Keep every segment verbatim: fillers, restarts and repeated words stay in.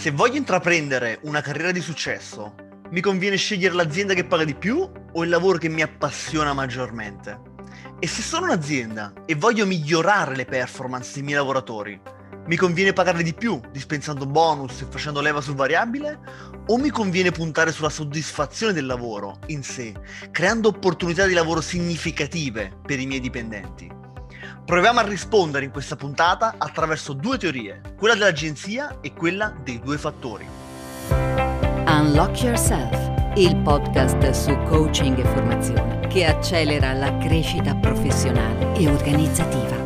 Se voglio intraprendere una carriera di successo, mi conviene scegliere l'azienda che paga di più o il lavoro che mi appassiona maggiormente? E se sono un'azienda e voglio migliorare le performance dei miei lavoratori, mi conviene pagarli di più, dispensando bonus e facendo leva sul variabile? O mi conviene puntare sulla soddisfazione del lavoro in sé, creando opportunità di lavoro significative per i miei dipendenti? Proviamo a rispondere in questa puntata attraverso due teorie, quella dell'agenzia e quella dei due fattori. Unlock Yourself, il podcast su coaching e formazione che accelera la crescita professionale e organizzativa.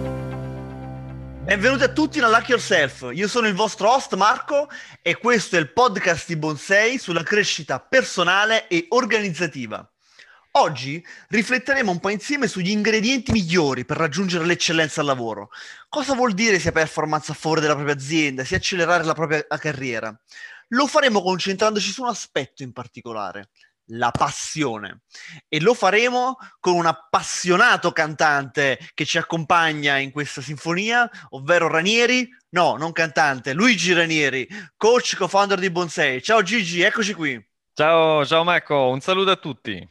Benvenuti a tutti in Unlock Yourself, io sono il vostro host Marco e questo è il podcast di Bonsai sulla crescita personale e organizzativa. Oggi rifletteremo un po' insieme sugli ingredienti migliori per raggiungere l'eccellenza al lavoro. Cosa vuol dire sia performance a favore della propria azienda, sia accelerare la propria carriera? Lo faremo concentrandoci su un aspetto in particolare, la passione. E lo faremo con un appassionato cantante che ci accompagna in questa sinfonia, ovvero Ranieri, no, non cantante, Luigi Ranieri, coach, co-founder di Bonsai. Ciao Gigi, eccoci qui. Ciao, ciao Marco, un saluto a tutti.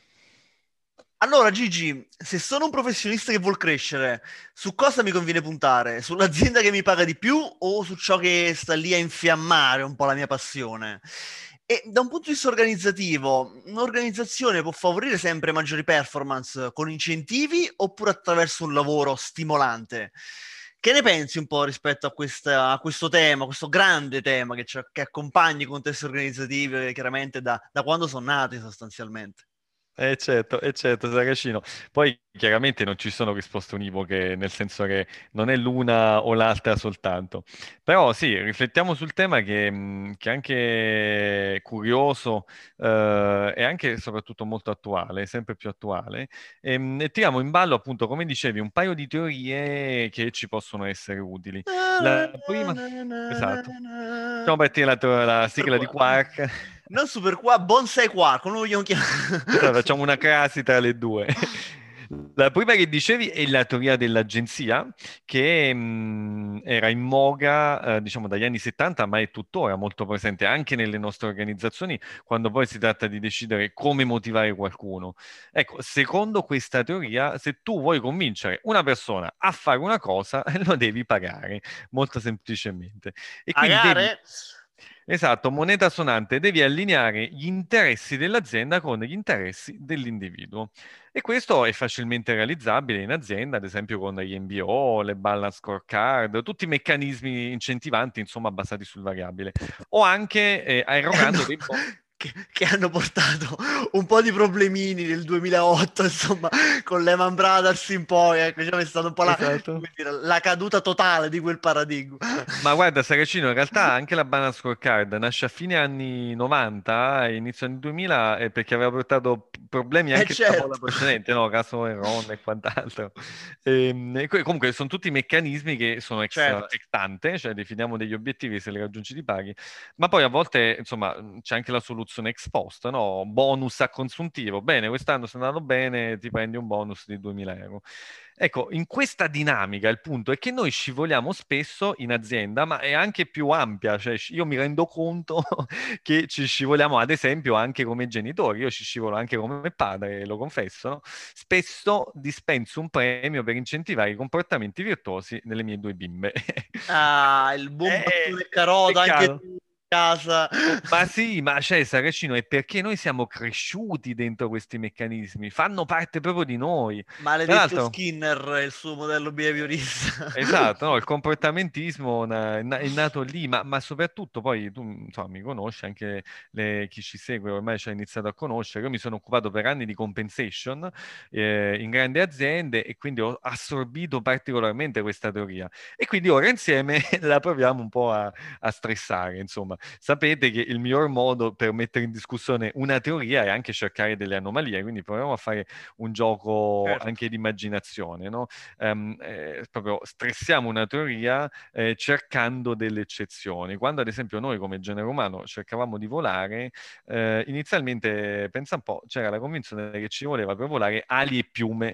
Allora Gigi, se sono un professionista che vuol crescere, su cosa mi conviene puntare? Sull'azienda che mi paga di più o su ciò che sta lì a infiammare un po' la mia passione? E da un punto di vista organizzativo, un'organizzazione può favorire sempre maggiori performance con incentivi oppure attraverso un lavoro stimolante? Che ne pensi un po' rispetto a, questa, a questo tema, questo grande tema che, ci, che accompagna i contesti organizzativi chiaramente da, da quando sono nati sostanzialmente? Eh certo, eh certo, Saracino. Poi chiaramente non ci sono risposte univoche, nel senso che non è l'una o l'altra soltanto. Però sì, riflettiamo sul tema che, mh, che è anche curioso eh, e anche e soprattutto molto attuale, sempre più attuale. E, mh, e tiriamo in ballo, appunto, come dicevi, un paio di teorie che ci possono essere utili. La prima, esatto. Facciamo partire la, la Super sigla di qua. Quark. Non super qua, Bonsai Quark, come lo vogliamo chiamare? Esatto, facciamo una crasi tra le due. La prima che dicevi è la teoria dell'agenzia, che mh, era in voga, eh, diciamo, dagli anni settanta, ma è tuttora molto presente anche nelle nostre organizzazioni, quando poi si tratta di decidere come motivare qualcuno. Ecco, secondo questa teoria, se tu vuoi convincere una persona a fare una cosa, lo devi pagare, molto semplicemente. E quindi devi... Pagare? Esatto, moneta sonante, devi allineare gli interessi dell'azienda con gli interessi dell'individuo. E questo è facilmente realizzabile in azienda, ad esempio con gli M B O, le balance scorecard, tutti i meccanismi incentivanti, insomma, basati sul variabile. O anche eh, erogando dei bonus. Che, che hanno portato un po' di problemini nel duemilaotto, insomma, con Lehman Brothers in poi, ecco, diciamo, è stata un po' la, Esatto. come dire, la caduta totale di quel paradigma. Ma guarda, Saracino, in realtà anche la balance scorecard nasce a fine anni novanta e inizio anni duemila eh, perché aveva portato p- problemi Eh anche nella moda certo, precedente, no? Caso Enron e quant'altro. Ehm, E, que- comunque sono tutti meccanismi che sono ex, certo. ex ante, cioè definiamo degli obiettivi, se li raggiungi ti paghi, ma poi a volte, insomma, c'è anche la soluzione ex post, no? Bonus a consuntivo. Bene, quest'anno se è andato bene, ti prendi un bonus di duemila euro. Ecco, in questa dinamica il punto è che noi scivoliamo spesso in azienda, ma è anche più ampia, cioè io mi rendo conto che ci scivoliamo ad esempio anche come genitori, io ci scivolo anche come padre, lo confesso, no? Spesso dispenso un premio per incentivare i comportamenti virtuosi delle mie due bimbe. Ah, il buon Eh, battone e carota, anche peccato. tu in casa. Ma sì, ma cioè, Saracino, è perché noi siamo cresciuti dentro questi meccanismi, fanno parte proprio di noi. Tra Maledetto l'altro, Skinner e il suo modello behaviorista. esatto, no, il comportamentismo na- è na- è nato lì, ma, ma soprattutto poi tu insomma, mi conosci, anche le- chi ci segue ormai ci ha iniziato a conoscere. Io mi sono occupato per anni di compensation eh, in grandi aziende e quindi ho assorbito particolarmente questa teoria. E quindi ora insieme la proviamo un po' a, a stressare. Insomma, sapete che il miglior modo per mettere in discussione una teoria è anche cercare delle anomalie, quindi proviamo a fare un gioco Certo. anche di immaginazione, no? Ehm, eh, proprio stressiamo una teoria eh, cercando delle eccezioni. Quando ad esempio noi come genere umano cercavamo di volare, eh, inizialmente, pensa un po', c'era la convinzione che ci voleva per volare ali e piume.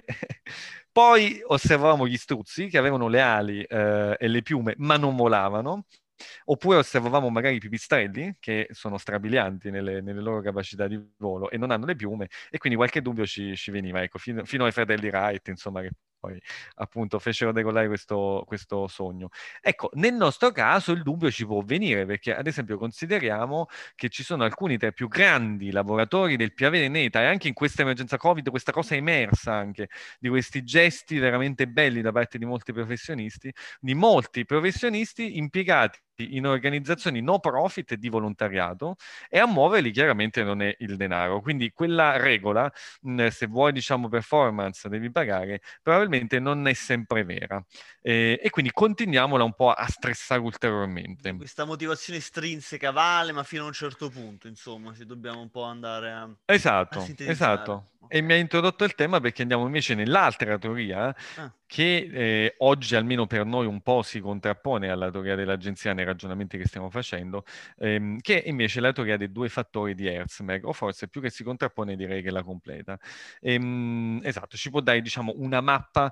Poi osservavamo gli struzzi che avevano le ali eh, e le piume, ma non volavano. oppure osservavamo magari i pipistrelli che sono strabilianti nelle, nelle loro capacità di volo e non hanno le piume, e quindi qualche dubbio ci, ci veniva, ecco, fino, fino ai fratelli Wright, insomma, che poi appunto fecero decollare questo, questo sogno. Ecco, nel nostro caso il dubbio ci può venire, perché ad esempio consideriamo che ci sono alcuni tra i più grandi lavoratori del pianeta, e anche in questa emergenza Covid questa cosa è emersa anche, di questi gesti veramente belli da parte di molti professionisti, di molti professionisti impiegati in organizzazioni no profit di volontariato, e a muoverli chiaramente non è il denaro. Quindi quella regola, mh, se vuoi diciamo performance devi pagare, probabilmente non è sempre vera, eh, e quindi continuiamola un po' a stressare ulteriormente. Questa motivazione estrinseca vale, ma fino a un certo punto, insomma, se dobbiamo un po' andare a, Esatto, a sintetizzare. esatto. Okay. E mi ha introdotto il tema perché andiamo invece nell'altra teoria, Ah. che eh, oggi almeno per noi un po' si contrappone alla teoria dell'agenzia nei ragionamenti che stiamo facendo, ehm, che è invece la teoria dei due fattori di Herzberg, o forse più che si contrappone direi che la completa. Ehm, esatto, ci può dare diciamo una mappa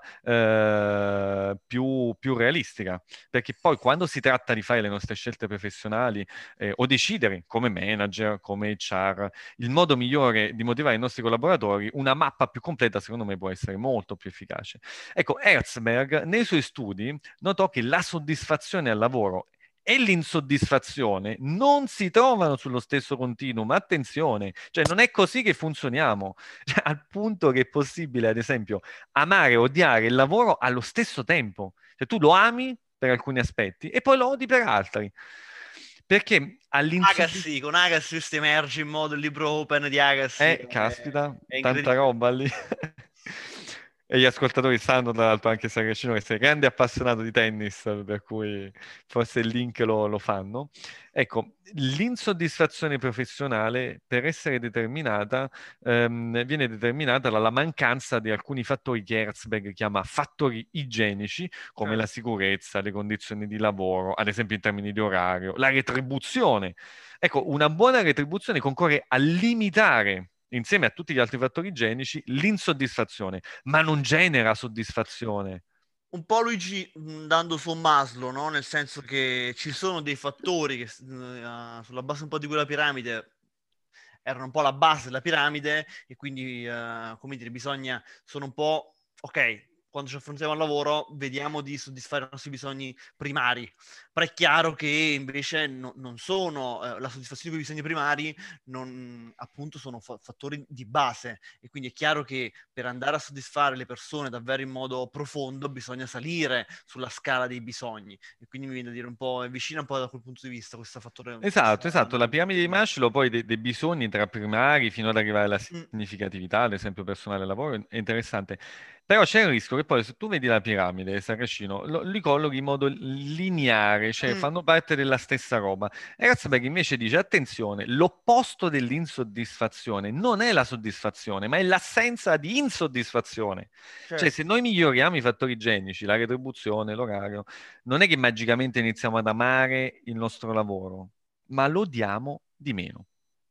eh, più, più realistica, perché poi quando si tratta di fare le nostre scelte professionali eh, o decidere come manager, come H R, il modo migliore di motivare i nostri collaboratori, una mappa più completa secondo me può essere molto più efficace. Ecco, Herzberg nei suoi studi notò che la soddisfazione al lavoro e l'insoddisfazione non si trovano sullo stesso continuum. Attenzione, cioè non è così che funzioniamo, cioè, al punto che è possibile, ad esempio, amare e odiare il lavoro allo stesso tempo. Cioè tu lo ami per alcuni aspetti e poi lo odi per altri. Perché all'insoddisfazione... Agassi, con Agassi questo emerge in modo il libro open di Agassi. Eh, è, caspita, è tanta roba lì. E gli ascoltatori sanno, tra l'altro, anche Saracino, che sei grande appassionato di tennis, per cui forse il link lo, lo fanno. Ecco, l'insoddisfazione professionale, per essere determinata, ehm, viene determinata dalla mancanza di alcuni fattori che Herzberg chiama fattori igienici, come certo. la sicurezza, le condizioni di lavoro, ad esempio in termini di orario, la retribuzione. Ecco, una buona retribuzione concorre a limitare, insieme a tutti gli altri fattori igienici, l'insoddisfazione, ma non genera soddisfazione. Un po' Luigi dando su Maslow, no? Nel senso che ci sono dei fattori che uh, sulla base un po' di quella piramide erano un po' la base della piramide, e quindi, uh, come dire, bisogna, sono un po', ok, quando ci affrontiamo al lavoro vediamo di soddisfare i nostri bisogni primari, però è chiaro che invece no, non sono, eh, la soddisfazione dei bisogni primari non, appunto sono fa- fattori di base, e quindi è chiaro che per andare a soddisfare le persone davvero in modo profondo bisogna salire sulla scala dei bisogni, e quindi mi viene da dire un po', è vicina un po' da quel punto di vista questo fattore. Esatto, questa, esatto, la piramide di Maslow poi dei, dei bisogni tra primari fino ad arrivare alla Mm. significatività, ad esempio personale lavoro, è interessante. Però c'è il rischio che poi se tu vedi la piramide, Saracino, lo, li collochi in modo lineare, cioè Mm. fanno parte della stessa roba. Herzberg invece dice, attenzione, l'opposto dell'insoddisfazione non è la soddisfazione, ma è l'assenza di insoddisfazione. Certo. Cioè se noi miglioriamo i fattori igienici, la retribuzione, l'orario, non è che magicamente iniziamo ad amare il nostro lavoro, ma lo odiamo di meno.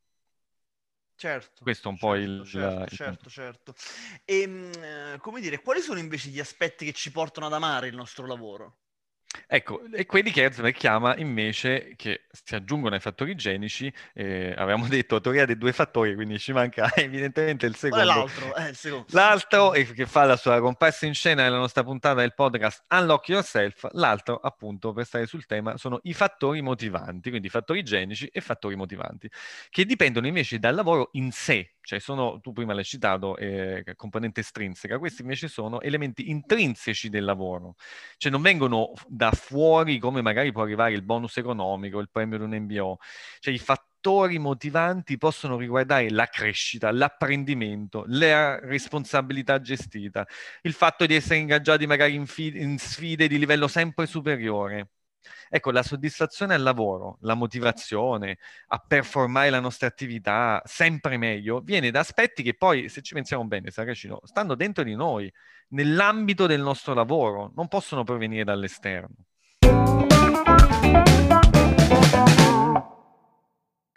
Certo, Questo è un certo, po' il, certo, il certo, certo. E, mh, come dire, quali sono invece gli aspetti che ci portano ad amare il nostro lavoro? Ecco, e quelli che Herzberg chiama invece, che si aggiungono ai fattori igienici, eh, avevamo detto teoria dei due fattori, quindi ci manca evidentemente il Qual è secondo. l'altro? Eh, il secondo. L'altro, e che fa la sua comparsa in scena nella nostra puntata del podcast Unlock Yourself, l'altro appunto, per stare sul tema, sono i fattori motivanti, quindi fattori igienici e fattori motivanti, che dipendono invece dal lavoro in sé, cioè sono, tu prima l'hai citato, eh, componente estrinseca, questi invece sono elementi intrinseci del lavoro, cioè non vengono da fuori come magari può arrivare il bonus economico, il premio di un M B O, cioè i fattori motivanti possono riguardare la crescita, l'apprendimento, la responsabilità gestita, il fatto di essere ingaggiati magari in, fi- in sfide di livello sempre superiore. Ecco, la soddisfazione al lavoro, la motivazione a performare la nostra attività sempre meglio, viene da aspetti che poi, se ci pensiamo bene, Saracino, stanno dentro di noi, nell'ambito del nostro lavoro, non possono provenire dall'esterno. Ok,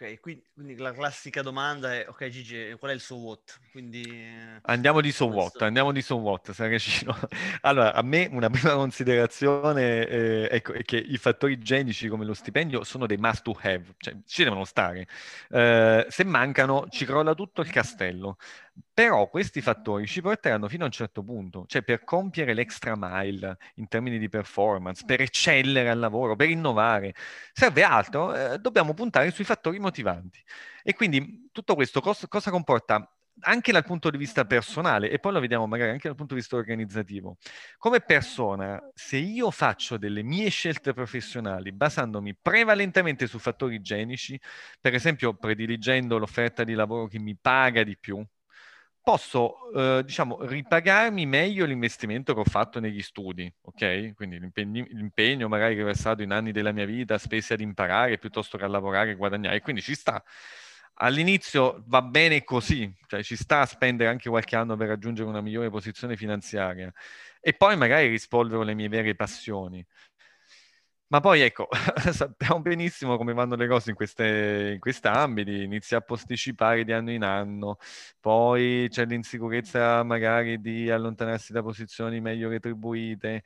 Ok, quindi, quindi la classica domanda è, ok Gigi, qual è il so what? Quindi, eh, Andiamo di so what, questo. andiamo di so what, Saracino. Allora, a me una prima considerazione eh, ecco, è che i fattori igienici come lo stipendio sono dei must to have, cioè ci devono stare. Eh, se mancano ci crolla tutto il castello. Però questi fattori ci porteranno fino a un certo punto, cioè per compiere l'extra mile in termini di performance, per eccellere al lavoro, per innovare, serve altro, eh, dobbiamo puntare sui fattori motivanti. E quindi tutto questo cos- cosa comporta? Anche dal punto di vista personale, e poi lo vediamo magari anche dal punto di vista organizzativo. Come persona, se io faccio delle mie scelte professionali basandomi prevalentemente su fattori igienici, per esempio prediligendo l'offerta di lavoro che mi paga di più, posso, eh, diciamo, ripagarmi meglio l'investimento che ho fatto negli studi, ok? Quindi l'impegno, l'impegno magari che ho versato in anni della mia vita, spesi ad imparare piuttosto che a lavorare e guadagnare, quindi ci sta. All'inizio va bene così, cioè ci sta a spendere anche qualche anno per raggiungere una migliore posizione finanziaria e poi magari rispolvero le mie vere passioni. Ma poi ecco, sappiamo benissimo come vanno le cose in queste, in questi ambiti, inizia a posticipare di anno in anno, poi c'è l'insicurezza magari di allontanarsi da posizioni meglio retribuite,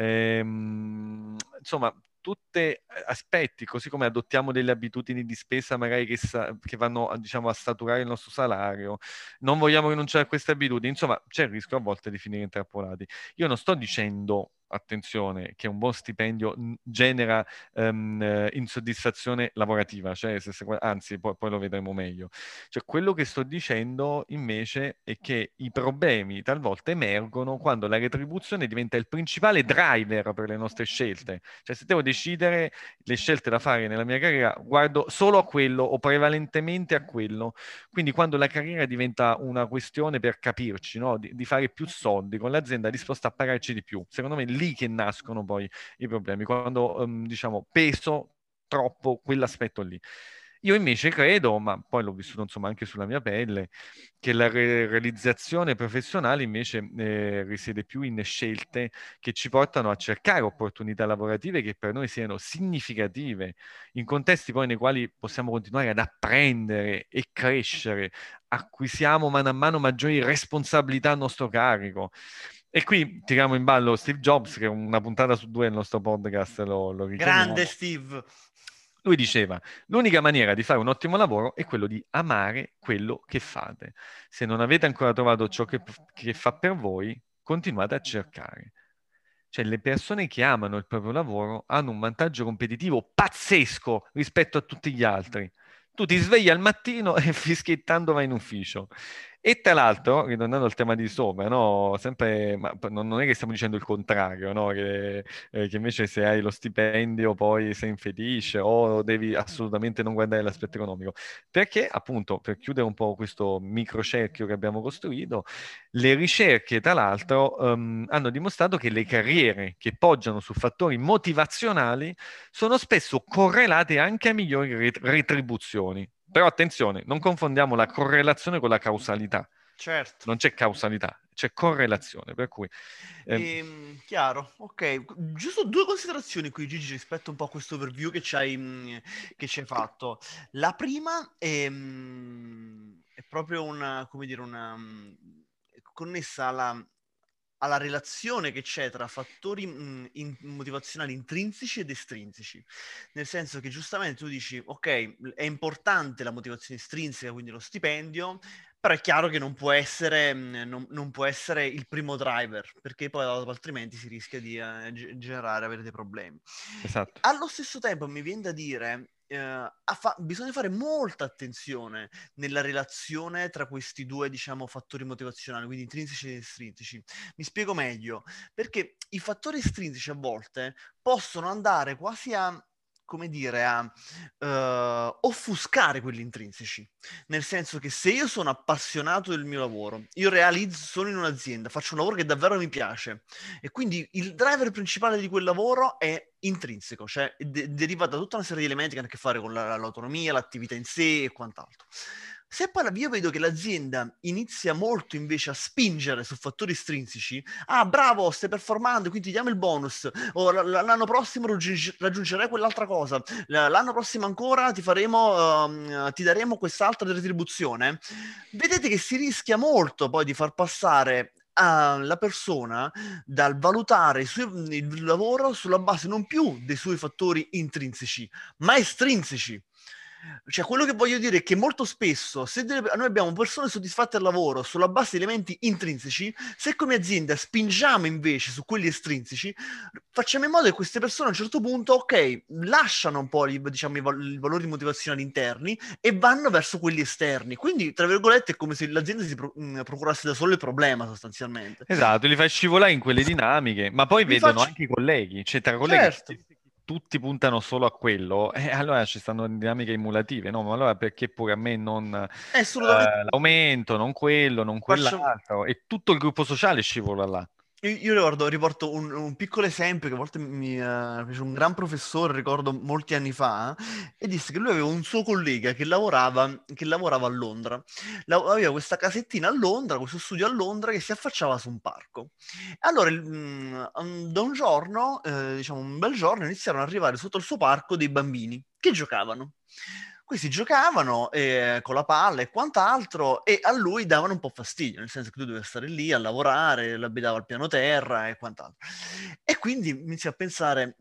ehm, insomma, tutti aspetti, così come adottiamo delle abitudini di spesa magari che, sa- che vanno a, diciamo, a saturare il nostro salario, non vogliamo rinunciare a queste abitudini, insomma, c'è il rischio a volte di finire intrappolati. Io non sto dicendo, attenzione, che un buon stipendio mh, genera ehm, eh, insoddisfazione lavorativa, cioè, se- se- anzi, poi, poi lo vedremo meglio. Cioè, quello che sto dicendo invece è che i problemi talvolta emergono quando la retribuzione diventa il principale driver per le nostre scelte. Cioè, se devo decidere le scelte da fare nella mia carriera, guardo solo a quello o prevalentemente a quello. Quindi quando la carriera diventa una questione per capirci, no? Di, di fare più soldi con l'azienda disposta a pagarci di più. Secondo me è lì che nascono poi i problemi, quando ehm, diciamo peso troppo quell'aspetto lì. Io invece credo, ma poi l'ho vissuto insomma anche sulla mia pelle, che la re- realizzazione professionale invece eh, risiede più in scelte che ci portano a cercare opportunità lavorative che per noi siano significative, in contesti poi nei quali possiamo continuare ad apprendere e crescere, acquisiamo mano a mano maggiori responsabilità a nostro carico. E qui tiriamo in ballo Steve Jobs, che una puntata su due nel nostro podcast lo, lo Grande richiamiamo. Steve. Lui diceva, l'unica maniera di fare un ottimo lavoro è quello di amare quello che fate. Se non avete ancora trovato ciò che, che fa per voi, continuate a cercare. Cioè, le persone che amano il proprio lavoro hanno un vantaggio competitivo pazzesco rispetto a tutti gli altri. Tu ti svegli al mattino e fischiettando vai in ufficio. E tra l'altro, ritornando al tema di sopra, no? Sempre, ma non, non è che stiamo dicendo il contrario, no? Che, eh, che invece se hai lo stipendio poi sei infelice o devi assolutamente non guardare l'aspetto economico. Perché, appunto, per chiudere un po' questo microcerchio che abbiamo costruito, le ricerche, tra l'altro, ehm, hanno dimostrato che le carriere che poggiano su fattori motivazionali sono spesso correlate anche a migliori ret- retribuzioni. Però attenzione, non confondiamo la correlazione con la causalità. Certo. Non c'è causalità, c'è correlazione. Per cui, ehm, Ehm, chiaro, ok. Giusto due considerazioni qui, Gigi, rispetto un po' a questo overview che ci hai, mh, che ci hai fatto. La prima è, mh, è proprio una, come dire, una, mh, connessa alla, alla relazione che c'è tra fattori mh, in- motivazionali intrinseci ed estrinseci. Nel senso che giustamente tu dici, ok, è importante la motivazione estrinseca, quindi lo stipendio, però è chiaro che non può essere, mh, non, non può essere il primo driver, perché poi altrimenti si rischia di eh, ge- generare, avere dei problemi. esatto. Allo stesso tempo mi viene da dire, eh, a fa- bisogna fare molta attenzione nella relazione tra questi due, diciamo, fattori motivazionali, quindi intrinseci ed estrinseci. Mi spiego meglio, perché i fattori estrinseci a volte possono andare quasi a, come dire, a eh, offuscare quelli intrinseci. Nel senso che se io sono appassionato del mio lavoro, io realizzo, sono in un'azienda, faccio un lavoro che davvero mi piace e quindi il driver principale di quel lavoro è intrinseco, cioè de- deriva da tutta una serie di elementi che hanno a che fare con la- l'autonomia, l'attività in sé e quant'altro. Se poi io vedo che l'azienda inizia molto invece a spingere su fattori estrinseci, ah bravo, stai performando, quindi ti diamo il bonus, o l- l- l'anno prossimo raggiungi- raggiungerai quell'altra cosa, L- l'anno prossimo ancora ti faremo, ehm, ti daremo quest'altra retribuzione, vedete che si rischia molto poi di far passare alla persona dal valutare il, suo- il lavoro sulla base non più dei suoi fattori intrinseci, ma estrinseci. Cioè, quello che voglio dire è che molto spesso, se delle- noi abbiamo persone soddisfatte al lavoro sulla base di elementi intrinseci, se come azienda spingiamo invece su quelli estrinseci, facciamo in modo che queste persone a un certo punto, ok, lasciano un po' i, diciamo, i, val- i valori motivazionali interni e vanno verso quelli esterni. Quindi, tra virgolette, è come se l'azienda si pro- mh, procurasse da solo il problema, sostanzialmente. Esatto, li fai scivolare in quelle dinamiche, ma poi Vi vedono faccio... anche i colleghi, cioè tra colleghi se Certo, vedi che tutti puntano solo a quello, e allora ci stanno dinamiche emulative, no? Ma allora perché pure a me non è assolutamente... eh, l'aumento, non quello, non Faccio... quell'altro, e tutto il gruppo sociale scivola là. Io, io ricordo, riporto un, un piccolo esempio che a volte mi eh, fece un gran professore, ricordo molti anni fa, e disse che lui aveva un suo collega che lavorava, che lavorava a Londra. La- aveva questa casettina a Londra, questo studio a Londra che si affacciava su un parco. Allora, il- mm, um, da un giorno, eh, diciamo un bel giorno, iniziarono ad arrivare sotto il suo parco dei bambini che giocavano. Questi giocavano eh, con la palla e quant'altro e a lui davano un po' fastidio, nel senso che lui doveva stare lì a lavorare, l'abitava al piano terra e quant'altro. E quindi iniziò a pensare,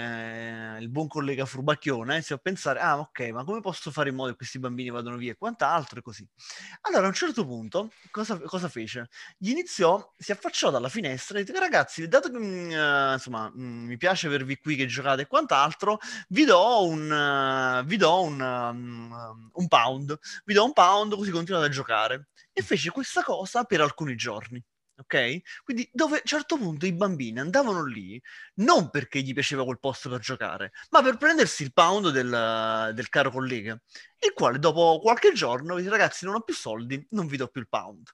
eh, il buon collega furbacchione, iniziò a pensare, ah ok, ma come posso fare in modo che questi bambini vadano via e quant'altro e così. Allora a un certo punto cosa, cosa fece? Gli iniziò, si affacciò dalla finestra e disse, ragazzi, dato che mm, eh, insomma, mm, mi piace avervi qui che giocate e quant'altro, vi do un, eh, vi do un, um, un pound, vi do un pound così continuate a giocare. E fece questa cosa per alcuni giorni. Ok? Quindi dove a un certo punto i bambini andavano lì non perché gli piaceva quel posto per giocare, ma per prendersi il pound del, del caro collega, il quale dopo qualche giorno dice ragazzi non ho più soldi, non vi do più il pound.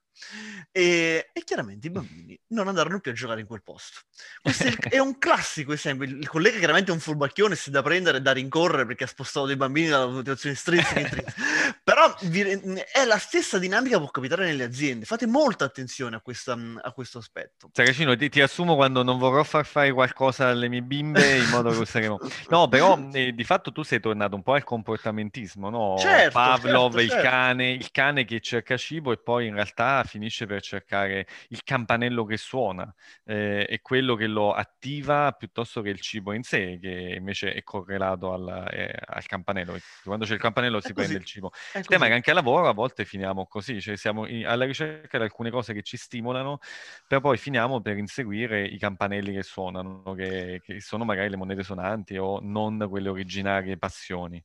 E, e chiaramente i bambini non andarono più a giocare in quel posto. Questo è, il- è un classico esempio. Il, il collega chiaramente è un furbacchione, si è da prendere e da rincorrere perché ha spostato dei bambini dalla motivazione estrinseca e intrinseca. Però vi re- è la stessa dinamica che può capitare nelle aziende. Fate molta attenzione a, questa- a questo aspetto. Saracino, ti, ti assumo quando non vorrò far fare qualcosa alle mie bimbe in modo che useremo. No, però eh, di fatto tu sei tornato un po' al comportamentismo, no? Certo, Pavlov, certo, il certo. cane, il cane che cerca cibo e poi in realtà finisce per cercare il campanello che suona, eh, è quello che lo attiva piuttosto che il cibo in sé, che invece è correlato al, eh, al campanello. Perché quando c'è il campanello È si prende così, il cibo. è Il tema è che così. anche a lavoro a volte finiamo così, cioè siamo in- alla ricerca di alcune cose che ci stimolano per poi finiamo per inseguire i campanelli che suonano, che, che sono magari le monete suonanti o non quelle originarie passioni.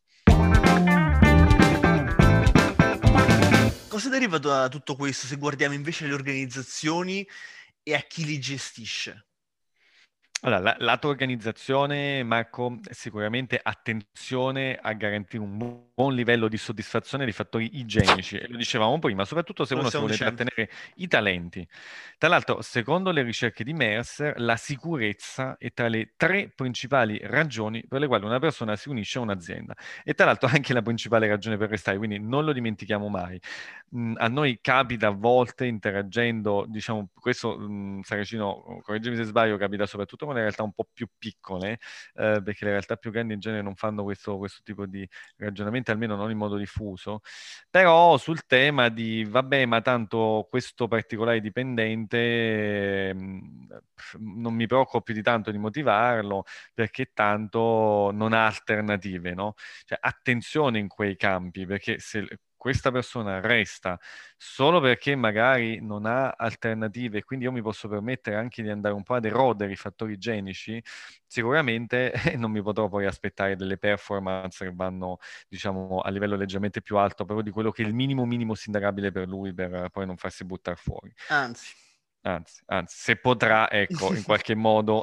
Cosa deriva da tutto questo se guardiamo invece le organizzazioni e a chi li gestisce? Allora, la- lato organizzazione, Marco, sicuramente attenzione a garantire un bu- buon livello di soddisfazione dei fattori igienici, e lo dicevamo prima, soprattutto se Lo uno si stiamo vuole dicendo. trattenere i talenti. Tra l'altro, secondo le ricerche di Mercer, la sicurezza è tra le tre principali ragioni per le quali una persona si unisce a un'azienda. E tra l'altro anche la principale ragione per restare, quindi non lo dimentichiamo mai. Mh, a noi capita a volte interagendo, diciamo, questo, mh, Saracino, correggimi se sbaglio, capita soprattutto con le realtà un po' più piccole, eh, perché le realtà più grandi in genere non fanno questo, questo tipo di ragionamenti, almeno non in modo diffuso. Però sul tema di, vabbè, ma tanto questo particolare dipendente, mh, non mi preoccupo più di tanto di motivarlo, perché tanto non ha alternative, no? Cioè, attenzione in quei campi, perché se questa persona resta solo perché magari non ha alternative, e quindi io mi posso permettere anche di andare un po' ad erodere i fattori igienici, sicuramente non mi potrò poi aspettare delle performance che vanno, diciamo, a livello leggermente più alto, proprio di quello che è il minimo minimo sindacabile per lui, per poi non farsi buttare fuori. Anzi. Anzi, anzi, se potrà, ecco, in qualche modo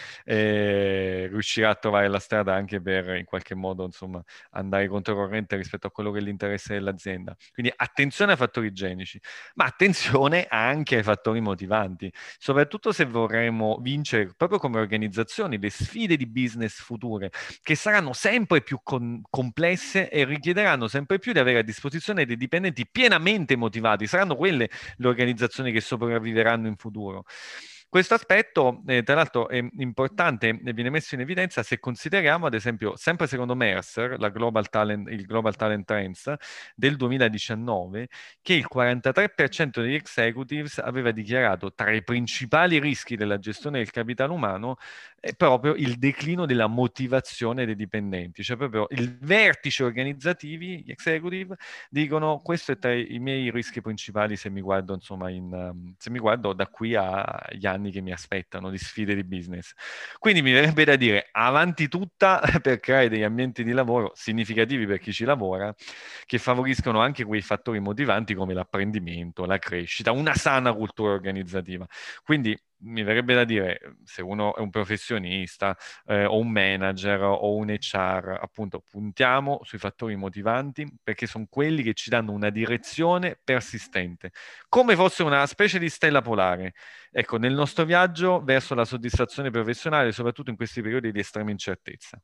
eh, riuscirà a trovare la strada anche per, in qualche modo, insomma, andare controcorrente rispetto a quello che è l'interesse dell'azienda. Quindi attenzione ai fattori igienici, ma attenzione anche ai fattori motivanti, soprattutto se vorremmo vincere proprio come organizzazioni le sfide di business future, che saranno sempre più con- complesse e richiederanno sempre più di avere a disposizione dei dipendenti pienamente motivati. Saranno quelle le organizzazioni che sopravviveranno in futuro. Questo aspetto, eh, tra l'altro, è importante e viene messo in evidenza se consideriamo, ad esempio, sempre secondo Mercer, la Global Talent, il Global Talent Trends del duemiladiciannove, che il quarantatré per cento degli executives aveva dichiarato tra i principali rischi della gestione del capitale umano è proprio il declino della motivazione dei dipendenti, cioè proprio il vertice organizzativi, gli executive, dicono questo è tra i miei rischi principali se mi guardo, insomma, in, um, se mi guardo da qui agli anni che mi aspettano di sfide di business. Quindi mi verrebbe da dire avanti tutta per creare degli ambienti di lavoro significativi per chi ci lavora, che favoriscono anche quei fattori motivanti come l'apprendimento, la crescita, una sana cultura organizzativa. Quindi mi verrebbe da dire, se uno è un professionista eh, o un manager o un H R, appunto, puntiamo sui fattori motivanti perché sono quelli che ci danno una direzione persistente, come fosse una specie di stella polare. Ecco, nel nostro viaggio verso la soddisfazione professionale, soprattutto in questi periodi di estrema incertezza.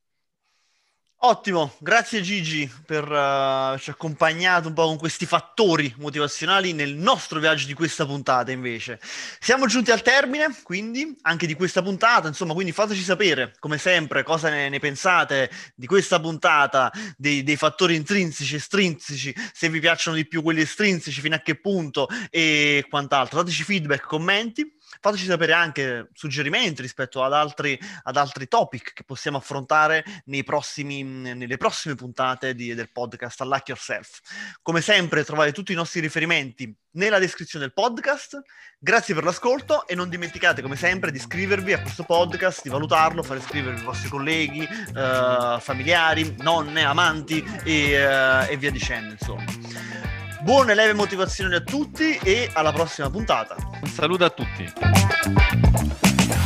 Ottimo, grazie Gigi per uh, averci accompagnato un po' con questi fattori motivazionali nel nostro viaggio di questa puntata invece. Siamo giunti al termine, quindi, anche di questa puntata, insomma, quindi fateci sapere, come sempre, cosa ne, ne pensate di questa puntata, dei, dei fattori intrinseci, estrinsici, se vi piacciono di più quelli estrinseci, fino a che punto e quant'altro. Dateci feedback, commenti. Fateci sapere anche suggerimenti rispetto ad altri, ad altri topic che possiamo affrontare nei prossimi, nelle prossime puntate di, del podcast Unlock Yourself. Come sempre trovate tutti i nostri riferimenti nella descrizione del podcast. Grazie per l'ascolto e non dimenticate come sempre di iscrivervi a questo podcast, di valutarlo, fare iscrivervi ai vostri colleghi, eh, familiari, nonne, amanti e, eh, e via dicendo, insomma. Buone leve motivazioni a tutti e alla prossima puntata. Un saluto a tutti.